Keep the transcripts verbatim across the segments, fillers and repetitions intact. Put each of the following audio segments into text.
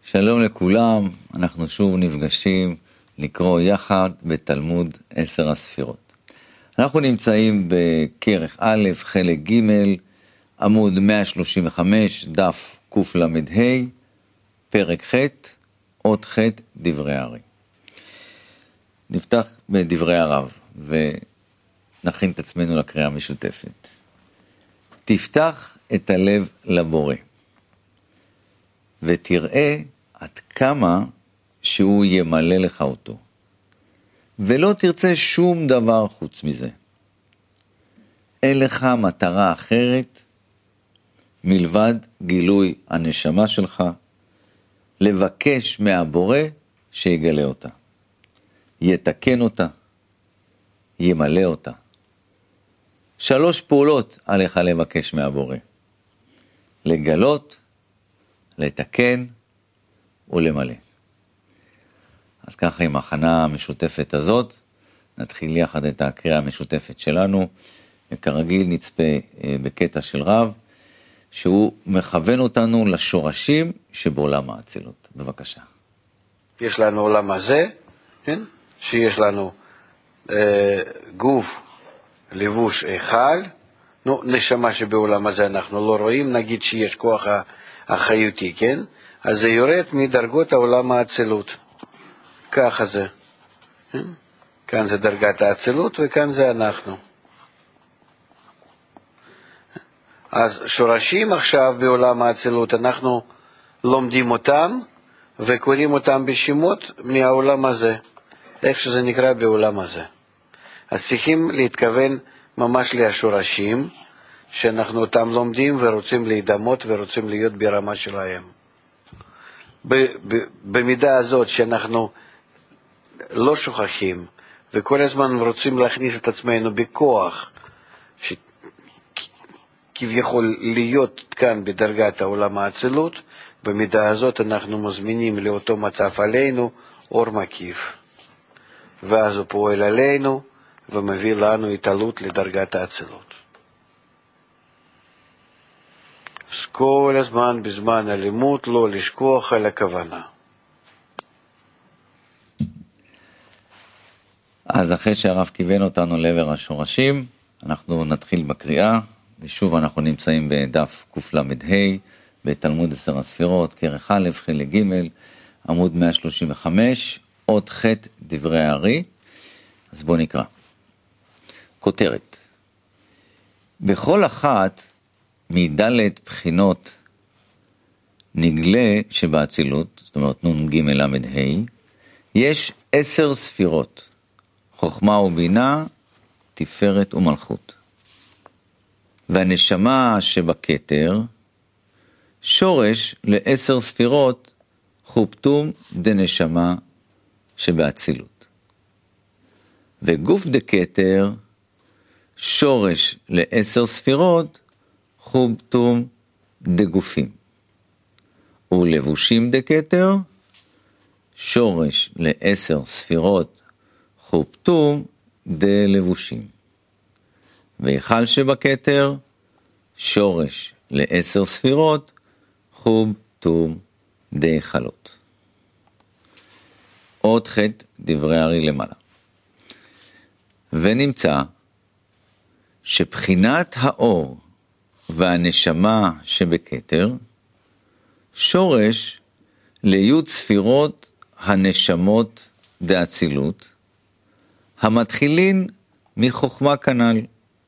שלום לכולם, אנחנו שוב נפגשים לקרוא יחד בתלמוד עשר הספירות. אנחנו נמצאים בכרך א', חלק ג', עמוד מאה שלושים וחמש, דף קל"ה, פרק ח', אות ח', דברי הארי. נפתח בדברי הרב ונכין את עצמנו לקריאה המשותפת. תפתח את הלב לבורא ותראה עד כמה שהוא ימלא לך אותו, ולא תרצה שום דבר חוץ מזה. אין לך מטרה אחרת מלבד גילוי הנשמה שלך, לבקש מהבורא שיגלה אותה, יתקן אותה, ימלא אותה. שלוש פעולות עליך לבקש מהבורא: לגלות, לתקן ולמלא. אז ככה עם ההכנה המשותפת הזאת, נתחיל יחד את הקריאה המשותפת שלנו, וכרגיל נצפה בקטע של רב, שהוא מכוון אותנו לשורשים שבעולם האצילות. בבקשה. יש לנו עולם הזה, כן? שיש לנו אה, גוף, לבוש אחד, נו, נשמה שבעולם הזה אנחנו לא רואים, נגיד שיש כוח החיותי, כן? אז זה יורד מדרגות העולם האצילות. ככה זה. כן? כאן זה דרגת האצילות וכאן זה אנחנו. אז שורשים עכשיו בעולם האצילות, אנחנו לומדים אותם וקוראים אותם בשמות מהעולם הזה, איך שזה נקרא בעולם הזה. אז צריכים להתכוון ממש לשורשים שאנחנו אותם לומדים ורוצים להידמות ורוצים להיות ברמה שלהם. במידה הזאת שאנחנו לא שוכחים וכל הזמן רוצים להכניס את עצמנו בכוח שכביכול להיות כאן בדרגת העולם האצילות, במידה הזאת אנחנו מזמינים לאותו מצב עלינו אור מקיף, ואז הוא פועל עלינו ומביא לנו התעלות לדרגת האצילות. אז כל הזמן בזמן הלימוד לא לשכוח על הכוונה. אז אחרי שהרב כיוון אותנו לעבר השורשים, אנחנו נתחיל בקריאה, ושוב אנחנו נמצאים בדף קל"ה, בתלמוד עשר הספירות, כרך א', חלק ג', עמוד מאה שלושים וחמש, אות ח', דברי הארי. אז בואו נקרא. כותרת: בכל אחת מדלת בחינות נגלה שבאצילות, זאת אומרת נון ג' למד ה', יש עשר ספירות, חוכמה ובינה, תפארת ומלכות. והנשמה שבכתר, שורש לעשר ספירות, חופטום דנשמה שבאצילות. וגוף דכתר, שורש לעשר ספירות, חופטום דגופים. ולבושים דכתר, שורש לעשר ספירות, חופטום דלבושים. והיכל שבכתר, שורש לעשר ספירות, חופטום דהיכלות. עוד ח' דברי הארי למעלה. ונמצא שבחינת האור והנשמה שבכתר, שורש ליוד ספירות הנשמות דאצילות, המתחילין מחוכמה כנ"ל.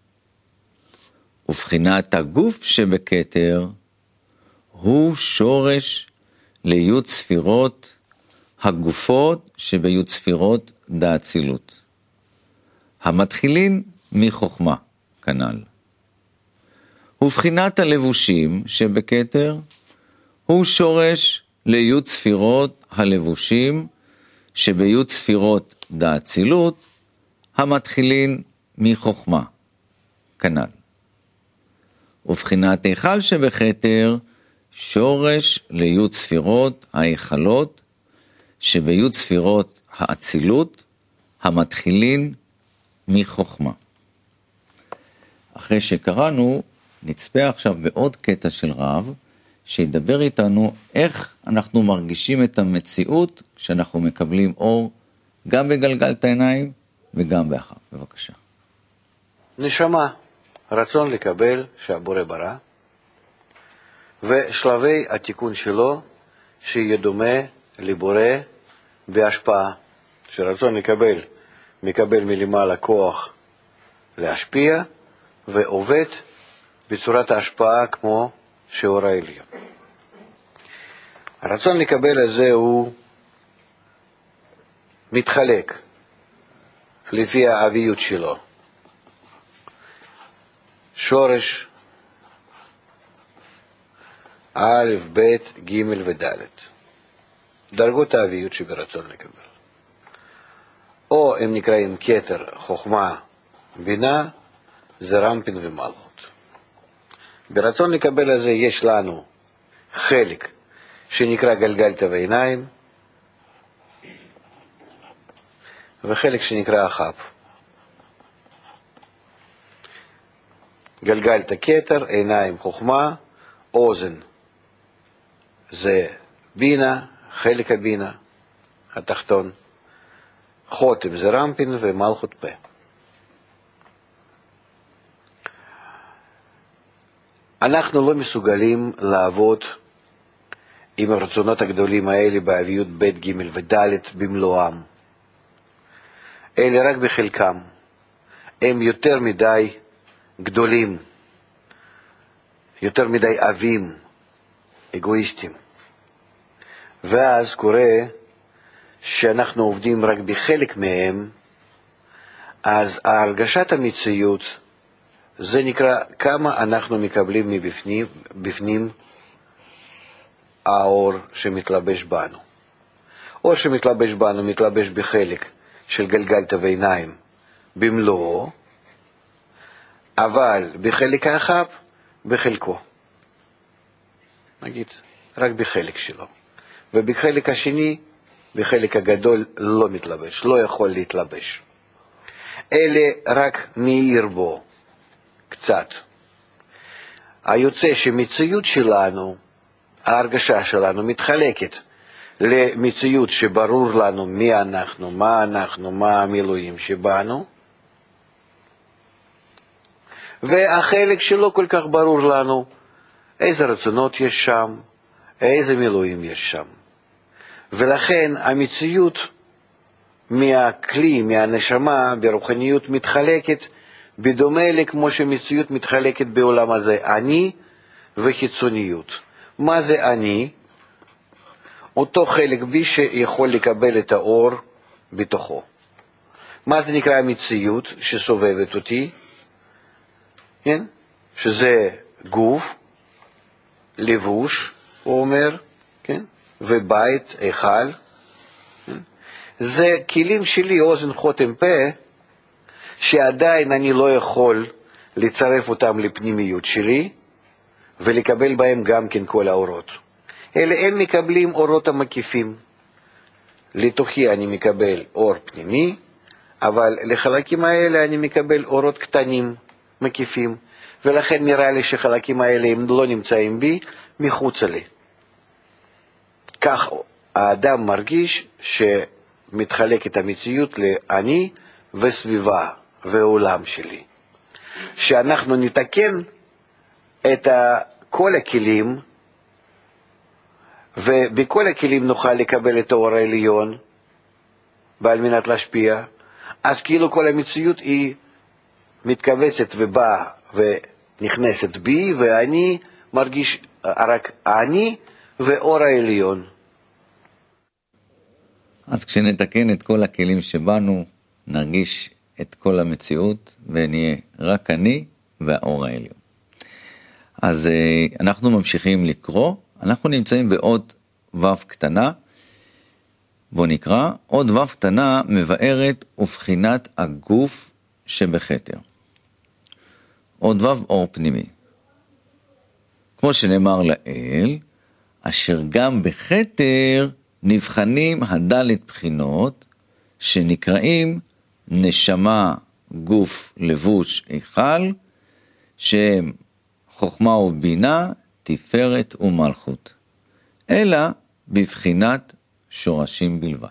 ובחינת הגוף שבכתר, הוא שורש ליוד ספירות הגופות שביוד ספירות דאצילות, המתחילין מחוכמה כנ"ל. ובחינת הלבושים שבכתר, הוא שורש ליוד ספירות הלבושים שביוד ספירות דאצילות, המתחילין מחוכמה כנ"ל. ובחינת היכל שבכתר, שורש ליוד ספירות ההיכלות שביוד ספירות האצילות, המתחילין מחוכמה. אחרי שקראנו, נצפה עכשיו בעוד קטע של רב, שידבר איתנו איך אנחנו מרגישים את המציאות כשאנחנו מקבלים אור, גם בגלגלת העיניים וגם באחר. בבקשה. נשמה, רצון לקבל שהבורא ברא, ושלבי התיקון שלו שיהיה דומה לבורא בהשפעה. שרצון לקבל, מקבל מלמעלה כוח להשפיע, ועובד בצורת ההשפעה כמו שאור העליון. הרצון לקבל הזה הוא מתחלק לפי האביות שלו. שורש א', ב', ג' וד'. דרגות האביות שברצון לקבל. או הם נקראים כתר, חוכמה, בינה, זה רמפין ומלכות. ברצון לקבל הזה יש לנו חלק שנקרא גלגלת ועיניים, וחלק שנקרא אחב. גלגלת כתר, עיניים חוכמה, אוזן זה בינה, חלק הבינה התחתון, חותם זה רמפין ומלכות פה. אנחנו לא מסוגלים לעבוד עם הרצונות הגדולים האלה באביות ב' ג' וד' במלואם. אלה רק בחלקם. הם יותר מדי גדולים, יותר מדי אבים, אגואיסטים. ואז קורה שאנחנו עובדים רק בחלק מהם, אז הרגשת המציאות, זה נקרא כמה אנחנו מקבלים מבפנים, בפנים האור שמתלבש בנו. אור שמתלבש בנו מתלבש בחלק של גלגלת ועיניים במלואו, אבל בחלק האחב בחלקו. נגיד, רק בחלק שלו. ובחלק השני, בחלק הגדול לא מתלבש, לא יכול להתלבש. אלה רק מאיר בו קצת. היוצא שמציאות שלנו, ההרגשה שלנו מתחלקת למציאות שברור לנו מי אנחנו, מה אנחנו, מה המילואים שבנו, והחלק שלא כל כך ברור לנו איזה רצונות יש שם, איזה מילואים יש שם. ולכן המציאות מהכלי, מהנשמה, ברוחניות מתחלקת בדומה לכמו שמציאות מתחלקת בעולם הזה, אני וחיצוניות. מה זה אני? אותו חלק בי שיכול לקבל את האור בתוכו. מה זה נקרא המציאות שסובבת אותי? כן? שזה גוף, לבוש, הוא אומר, כן? ובית, היכל. כן? זה כלים שלי, אוזן, חותם, פה, שעדיין אני לא יכול לצרף אותם לפנימיות שלי, ולקבל בהם גם כן כל האורות. אלה הם מקבלים אורות המקיפים. לתוכי אני מקבל אור פנימי, אבל לחלקים האלה אני מקבל אורות קטנים, מקיפים, ולכן נראה לי שחלקים האלה הם לא נמצאים בי, מחוץ לי. כך האדם מרגיש שמתחלקת המציאות לאני וסביבה ועולם שלי. שאנחנו נתקן את כל הכלים, ובכל הכלים נוכל לקבל את האור העליון, ועל מנת להשפיע, אז כאילו כל המציאות היא מתכווצת ובאה ונכנסת בי, ואני מרגיש רק אני ואור העליון. אז כשנתקן את כל הכלים שבנו, נרגיש את כל המציאות, ונהיה רק אני והאור העליון. אז אנחנו ממשיכים לקרוא, אנחנו נמצאים בעוד ו' קטנה, בוא נקרא, עוד ו' קטנה מבארת ובחינת הגוף שבכתר. עוד ו' אור פנימי. כמו שנאמר לאל, אשר גם בכתר נבחנים הדלת בחינות, שנקראים נשמה, גוף, לבוש, היכל, שהם חוכמה ובינה, תפארת ומלכות, אלא בבחינת שורשים בלבד.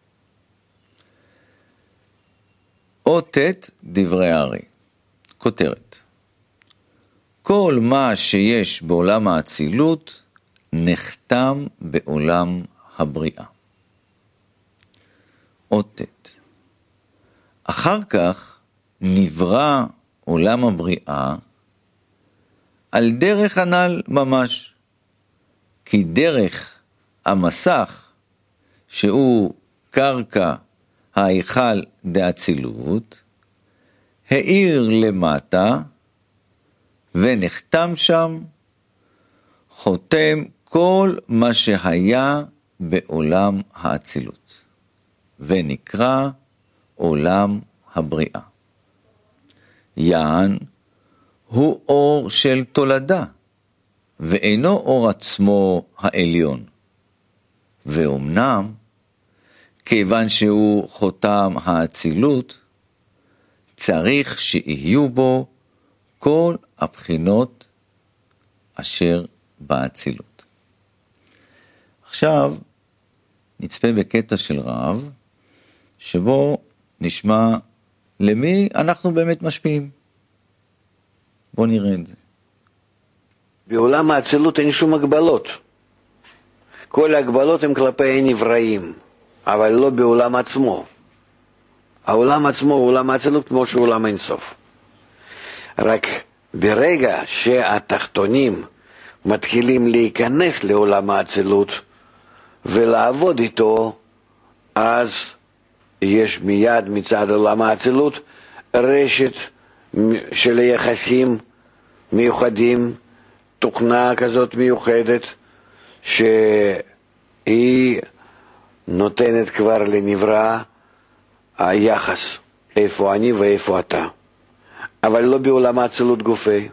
אות ת' דברי הארי. כותרת. כל מה שיש בעולם האצילות נחתם בעולם הבריאה. אות ת'. אחר כך נברא עולם הבריאה על דרך הנ"ל ממש, כי דרך המסך שהוא קרקע ההיכל דאצילות האיר למטה ונחתם שם חותם כל מה שהיה בעולם האצילות ונקרא עולם הבריאה. יען הוא אור של תולדה ואינו אור עצמו העליון, ואומנם כיוון שהוא חותם האצילות צריך שיהיו בו כל הבחינות אשר באצילות. עכשיו נצפה בקטע של רב שבו נשמע למי אנחנו באמת משפיעים. בואו נראה את זה. בעולם האצילות אין שום הגבלות. כל ההגבלות הן כלפי הנבראים, אבל לא בעולם עצמו. העולם עצמו הוא עולם האצילות כמו שהוא עולם אינסוף. רק ברגע שהתחתונים מתחילים להיכנס לעולם האצילות ולעבוד איתו, אז יש מיד מצד עולם האצילות רשת של יחסים מיוחדים, תוכנה כזאת מיוחדת שהיא נותנת כבר לנברא היחס, איפה אני ואיפה אתה. אבל לא בעולם האצילות גופי,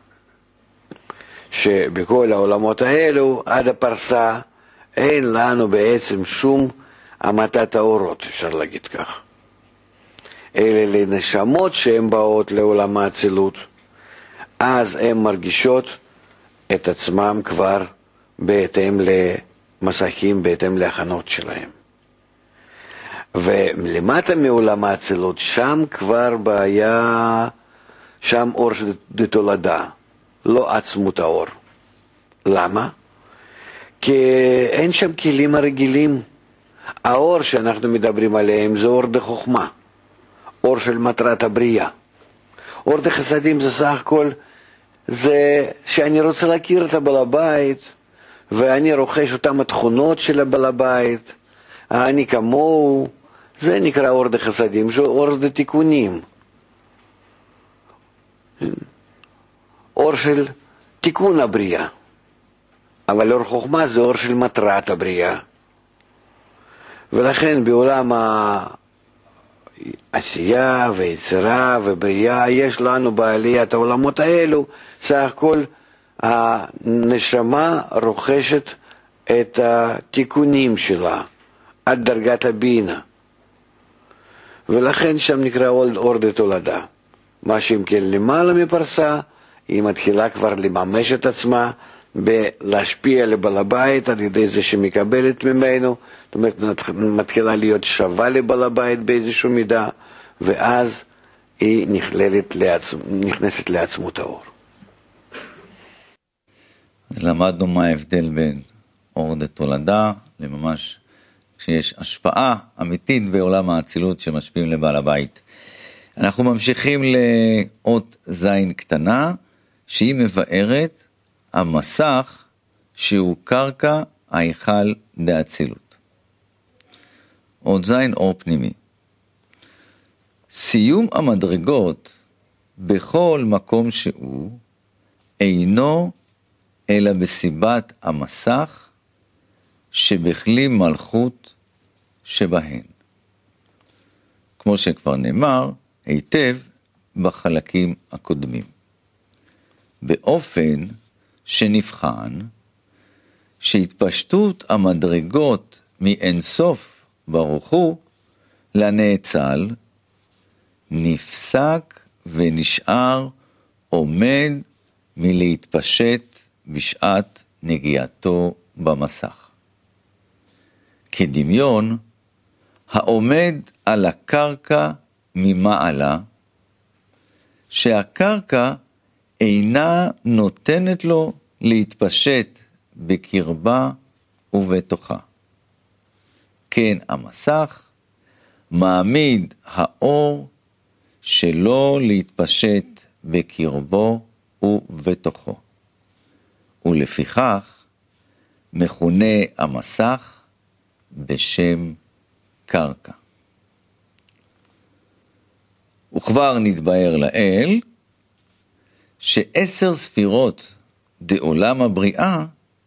שבכל העולמות האלו עד הפרסה אין לנו בעצם שום המתת האורות, אפשר להגיד כך. אלה לנשמות שהן באות לעולם האצילות, אז הן מרגישות את עצמם כבר בהתאם למסכים, בהתאם להכנות שלהם. ולמטה מעולם האצילות, שם כבר בעיה, שם אור של תולדה, לא עצמות האור. למה? כי אין שם כלים הרגילים. האור שאנחנו מדברים עליהם זה אור דחוכמה, אור של מטרת הבריאה. אור דחסדים זה סך הכל, זה שאני רוצה להכיר את הבעל הבית, ואני רוכש אותם התכונות של הבעל הבית, אני כמוהו, זה נקרא אור דחסדים, זה אור דתיקונים. אור של תיקון הבריאה. אבל אור חוכמה זה אור של מטרת הבריאה. ולכן בעולם העשייה ויצירה ובריאה יש לנו בעליית העולמות האלו, סך הכל הנשמה רוכשת את התיקונים שלה עד דרגת הבינה. ולכן שם נקרא אור דתולדה. מה שאם כן למעלה מפרסה, היא מתחילה כבר לממש את עצמה, בלהשפיע לבעל הבית על ידי זה שמקבלת ממנו, זאת אומרת מתחילה להיות שווה לבעל הבית באיזשהו מידה, ואז היא נכללת לעצ... נכנסת לעצמות האור. אז למדנו מה ההבדל בין אור דתולדה לממש כשיש השפעה אמיתית בעולם האצילות שמשפיעים לבעל הבית. אנחנו ממשיכים לאות זין קטנה שהיא מבארת המסך שהוא קרקע ההיכל דאצילות. עוד זין אור פנימי. סיום המדרגות בכל מקום שהוא אינו אלא בסיבת המסך שבכלי מלכות שבהן. כמו שכבר נאמר היטב בחלקים הקודמים. באופן שנבחן שהתפשטות המדרגות מאינסוף ברוך הוא לנאצל נפסק ונשאר עומד מלהתפשט בשעת נגיעתו במסך. כדמיון העומד על הקרקע ממעלה, שהקרקע אינה נותנת לו להתפשט בקרבה ובתוכה. כן המסך מעמיד האור שלא להתפשט בקרבו ובתוכו, ולפיכך מכונה המסך בשם קרקע. וכבר נתבהר לאל שעשר ספירות דעולם הבריאה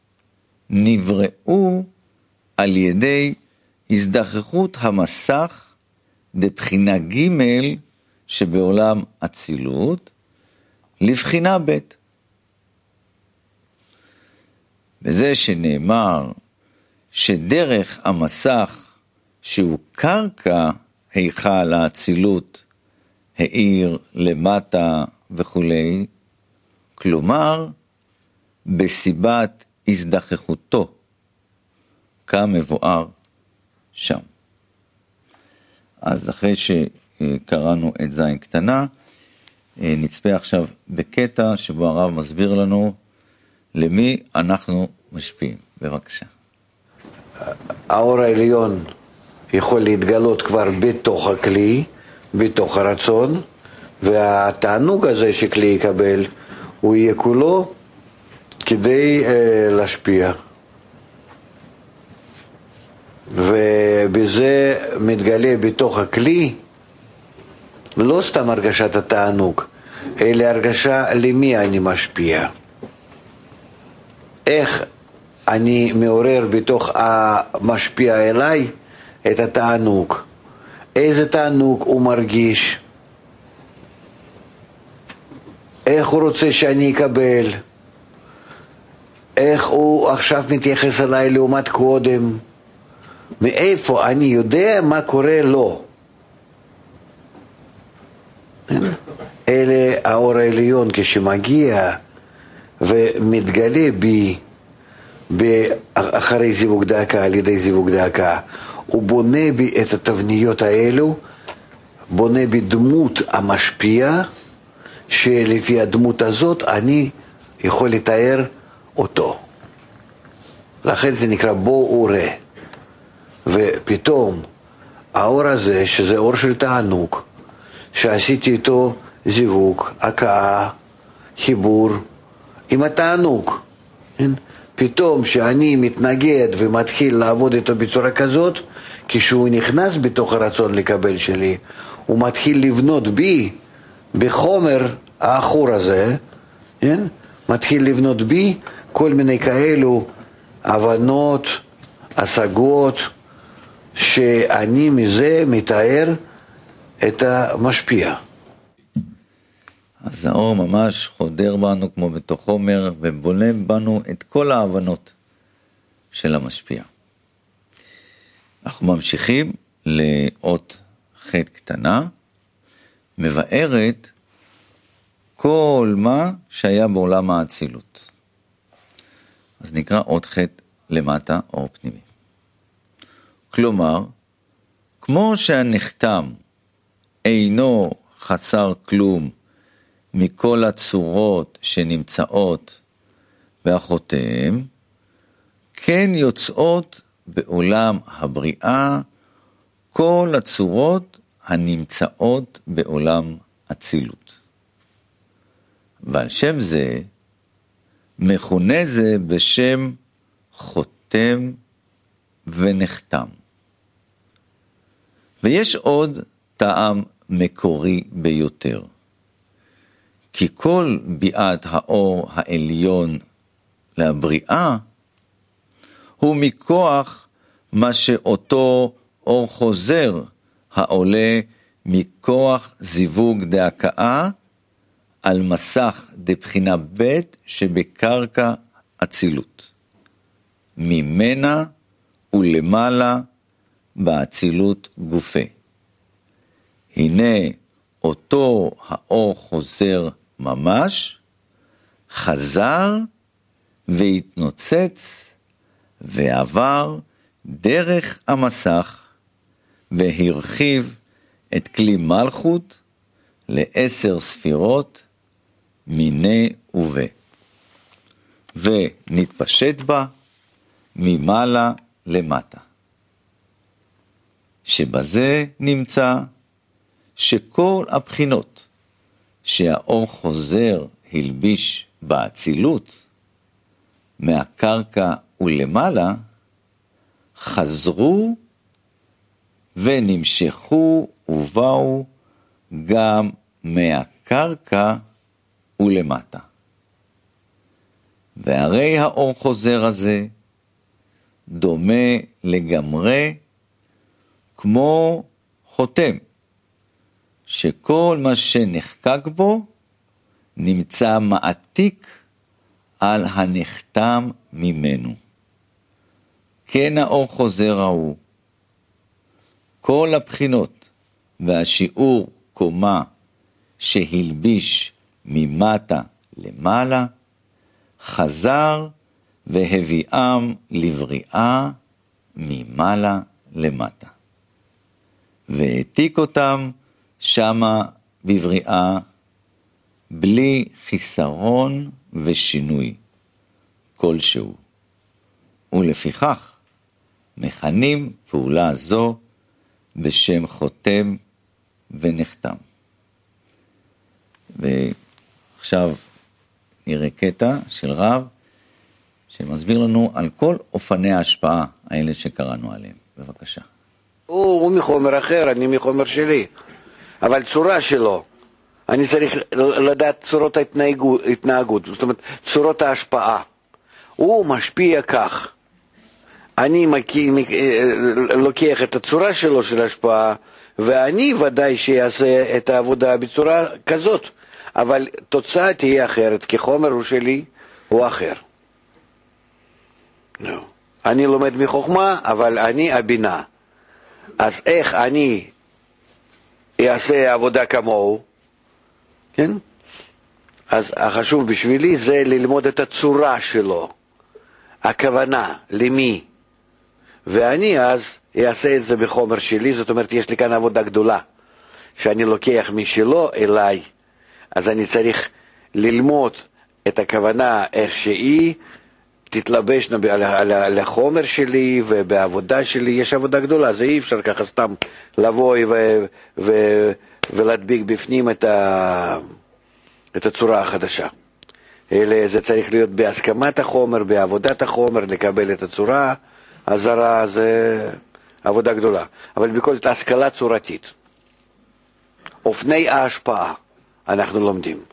נבראו על ידי הזדחכות המסך דבחינה ג' שבעולם אצילות לבחינה ב'. וזה שנאמר שדרך המסך שהוא קרקע היכל האצילות העיר למטה וכולי, כלומר בסיבת הזדחכותו כמבואר שם. אז אחרי שקראנו את זין קטנה, נצפה עכשיו בקטע שבו הרב מסביר לנו למי אנחנו משפיעים. בבקשה. האור העליון יכול להתגלות כבר בתוך הכלי, בתוך הרצון, והתענוג הזה שכלי יקבל, הוא יהיה כולו כדי אה, להשפיע. ובזה מתגלה בתוך הכלי לא סתם הרגשת התענוג, אלא הרגשה למי אני משפיע. איך אני מעורר בתוך המשפיע אליי את התענוג. איזה תענוג הוא מרגיש, איך הוא רוצה שאני אקבל, איך הוא עכשיו מתייחס אליי לעומת קודם, מאיפה אני יודע מה קורה לו. אלה האור העליון כשמגיע ומתגלה בי אחרי זיווג דקה, על ידי זיווג דקה, הוא בונה בי את התבניות האלו, בונה בי דמות המשפיע, שלפי הדמות הזאת אני יכול לתאר אותו. לכן זה נקרא בו וראה. ופתאום האור הזה, שזה אור של תענוג, שעשיתי איתו זיווג, הקאה, חיבור עם התענוג, פתאום שאני מתנגד ומתחיל לעבוד איתו בצורה כזאת, כשהוא נכנס בתוך הרצון לקבל שלי, הוא מתחיל לבנות בי, בחומר האחור הזה, כן? מתחיל לבנות בי כל מיני כאלו הבנות, השגות, שאני מזה מתאר את המשפיע. אז האור ממש חודר בנו כמו בתוך חומר, ובונה בנו את כל ההבנות של המשפיע. אנחנו ממשיכים לאות ח' קטנה, מבארת כל מה שהיה בעולם האצילות. אז נקרא אות ח' למטה, אור פנימי. כלומר, כמו שהנחתם אינו חסר כלום מכל הצורות שנמצאות באחותיהם, כן יוצאות בעולם הבריאה כל הצורות הנמצאות בעולם אצילות. ועל שם זה מכונה זה בשם חותם ונחתם. ויש עוד טעם מקורי ביותר. כי כל ביאת האור העליון לבריאה הוא מכוח מה שאותו אור חוזר העולה מכוח זיווג דהקאה על מסך דבחינה ב' שבקרקע אצילות. ממנה ולמעלה באצילות גופה. הנה אותו האור חוזר ממש, חזר והתנוצץ ועבר דרך המסך והרחיב את כלי מלכות לעשר ספירות מיני ובה, ונתפשט בה ממעלה למטה. שבזה נמצא שכל הבחינות שהאור חוזר הלביש באצילות מהקרקע ולמעלה, חזרו ונמשכו ובאו גם מהקרקע ולמטה. והרי האור חוזר הזה דומה לגמרי כמו חותם, שכל מה שנחקק בו נמצא מעתיק על הנחתם ממנו. כן האור חוזר ההוא. כל הבחינות והשיעור קומה שהלביש ממטה למעלה, חזר והביאם לבריאה ממעלה למטה. והעתיק אותם שמה בבריאה בלי חיסרון ושינוי כלשהו. ולפיכך מכנים פעולה זו בשם חותם ונחתם. ועכשיו נראה קטע של רב שמסביר לנו על כל אופני ההשפעה האלה שקראנו עליהם. בבקשה. הוא, הוא מחומר אחר, אני מחומר שלי, אבל צורה שלו, אני צריך לדעת צורות ההתנהגות, התנהגות, זאת אומרת צורות ההשפעה. הוא משפיע כך, אני מקי, לוקח את הצורה שלו של ההשפעה, ואני ודאי שיעשה את העבודה בצורה כזאת, אבל תוצאה תהיה אחרת, כי חומר הוא שלי, הוא אחר. No. אני לומד מחוכמה, אבל אני הבינה. אז איך אני אעשה עבודה כמוהו? כן? אז החשוב בשבילי זה ללמוד את הצורה שלו, הכוונה, למי. ואני אז אעשה את זה בחומר שלי, זאת אומרת יש לי כאן עבודה גדולה, שאני לוקח משלו אליי, אז אני צריך ללמוד את הכוונה איך שהיא תתלבשנה על החומר שלי ובעבודה שלי. יש עבודה גדולה, זה אי אפשר ככה סתם לבוא ו- ו- ולהדביק בפנים את, ה- את הצורה החדשה. אלא זה צריך להיות בהסכמת החומר, בעבודת החומר, לקבל את הצורה הזרה, זה עבודה גדולה. אבל בכל זאת השכלה צורתית, אופני ההשפעה אנחנו לומדים.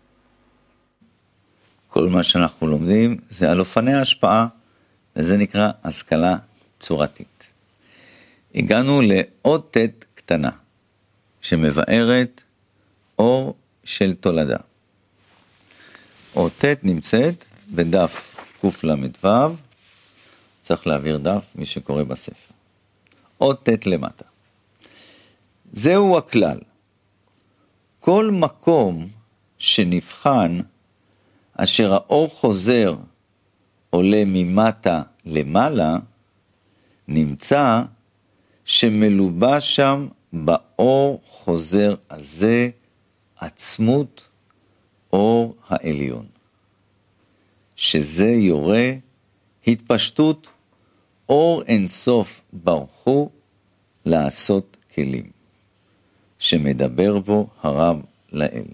כל מה שאנחנו לומדים זה על אופני ההשפעה, וזה נקרא השכלה צורתית. הגענו לעוד תת קטנה, שמבארת אור של תולדה. עוד תת נמצאת בדף קל"ו, צריך להעביר דף מי שקורא בספר. עוד תת למטה. זהו הכלל. כל מקום שנבחן, אשר האור חוזר עולה ממטה למעלה, נמצא שמלובש שם באור חוזר הזה עצמות אור העליון, שזה יורה התפשטות אור אינסוף ברוך הוא לעשות כלים, שמדבר בו הרב לאל.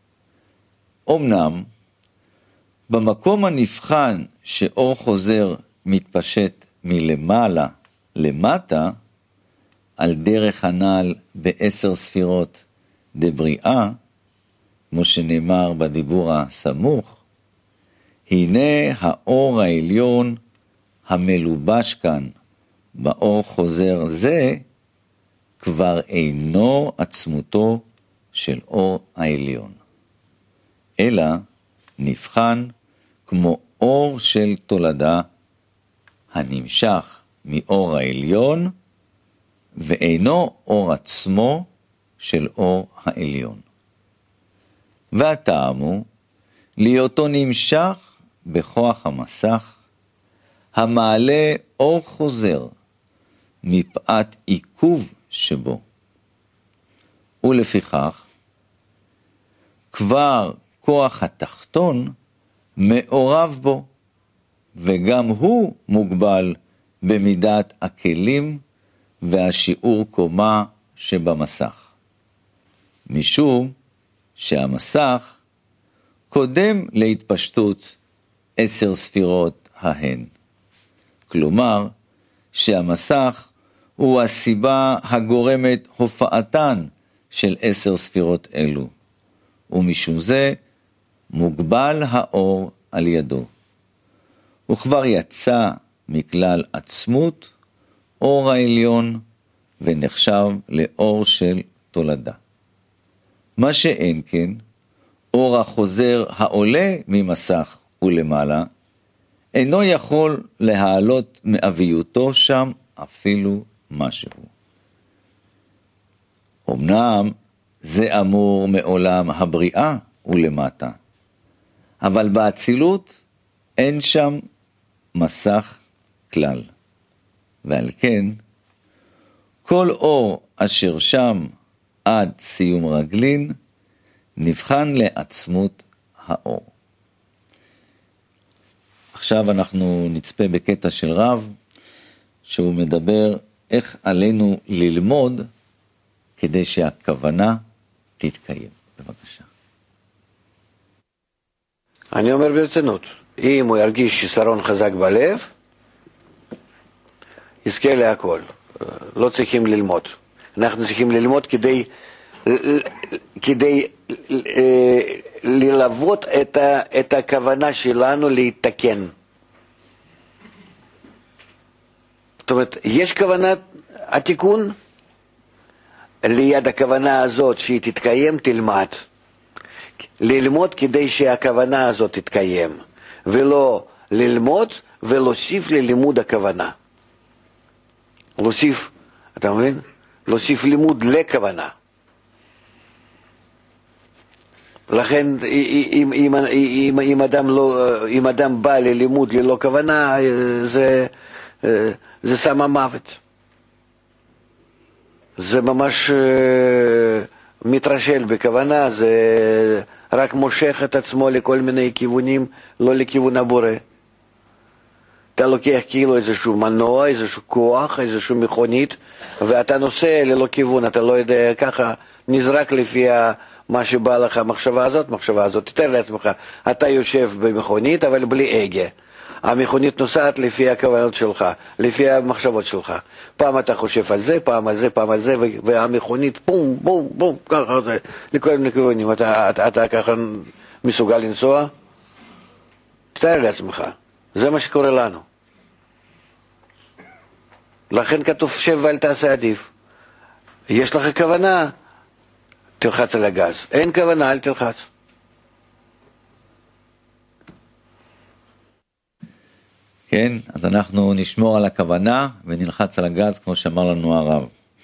אמנם במקום הנבחן שאור חוזר מתפשט מלמעלה למטה, על דרך הנעל בעשר ספירות דבריאה, כמו שנאמר בדיבור הסמוך, הנה האור העליון המלובש כאן באור חוזר זה, כבר אינו עצמותו של אור העליון, אלא נבחן כמו אור של תולדה הנמשך מאור העליון, ואינו אור עצמו של אור העליון. והטעם הוא להיותו נמשך בכוח המסך, המעלה אור חוזר מפאת עיכוב שבו. ולפיכך, כבר כוח התחתון מעורב בו, וגם הוא מוגבל במידת הכלים והשיעור קומה שבמסך. משום שהמסך קודם להתפשטות עשר ספירות ההן. כלומר, שהמסך הוא הסיבה הגורמת הופעתן של עשר ספירות אלו, ומשום זה מוגבל האור על ידו. וכבר יצא מכלל עצמות אור העליון, ונחשב לאור של תולדה. מה שאין כן, אור החוזר העולה ממסך ולמעלה, אינו יכול להעלות מאביותו שם אפילו משהו. אמנם זה אמור מעולם הבריאה ולמטה, אבל באצילות אין שם מסך כלל. ועל כן, כל אור אשר שם עד סיום רגלין, נבחן לעצמות האור. עכשיו אנחנו נצפה בקטע של רב, שהוא מדבר איך עלינו ללמוד, כדי שהכוונה תתקיים. בבקשה. אני אומר ברצינות, אם הוא ירגיש ששרון חזק בלב, יזכה להכל. לא צריכים ללמוד. אנחנו צריכים ללמוד כדי, כדי ללוות את, ה, את הכוונה שלנו להתקן. זאת אומרת, יש כוונת התיקון, ליד הכוונה הזאת שהיא תתקיים, תלמד. ללמוד כדי שהכוונה הזאת תתקיים, ולא ללמוד ולהוסיף ללימוד הכוונה. להוסיף, אתה מבין? להוסיף לימוד לכוונה. לכן אם, אם, אם, אם, אדם לא, אם אדם בא ללימוד ללא כוונה, זה, זה סם המוות. זה ממש מתרשל בכוונה, זה רק מושך את עצמו לכל מיני כיוונים, לא לכיוון הבורא. אתה לוקח כאילו איזשהו מנוע, איזשהו כוח, איזשהו מכונית, ואתה נוסע ללא כיוון, אתה לא יודע, ככה נזרק לפי מה שבא לך, המחשבה הזאת, מחשבה הזאת. תתאר לעצמך, אתה יושב במכונית, אבל בלי הגה. המכונית נוסעת לפי הכוונות שלך, לפי המחשבות שלך. פעם אתה חושב על זה, פעם על זה, פעם על זה, והמכונית פום, בום, בום, ככה זה, לכל מיני כיוונים. אתה, אתה, אתה ככה מסוגל לנסוע? תתאר לעצמך. זה מה שקורה לנו. לכן כתוב שב ואל תעשה עדיף. יש לך כוונה, תלחץ על הגז. אין כוונה, אל תלחץ. כן, אז אנחנו נשמור על הכוונה ונלחץ על הגז, כמו שאמר לנו הרב.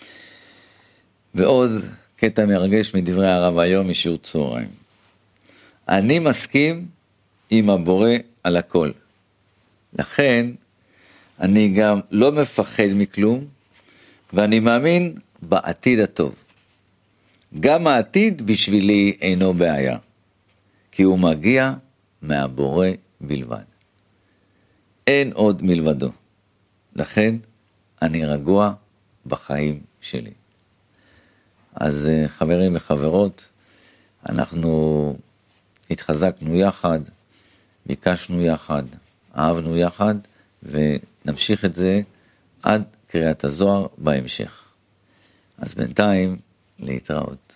ועוד קטע מרגש מדברי הרב היום משיעור צהריים. אני מסכים עם הבורא על הכל. לכן אני גם לא מפחד מכלום, ואני מאמין בעתיד הטוב. גם העתיד בשבילי אינו בעיה, כי הוא מגיע מהבורא בלבד. אין עוד מלבדו. לכן אני רגוע בחיים שלי. אז חברים וחברות, אנחנו התחזקנו יחד, ביקשנו יחד, אהבנו יחד, ונמשיך את זה עד קריאת הזוהר בהמשך. אז בינתיים להתראות.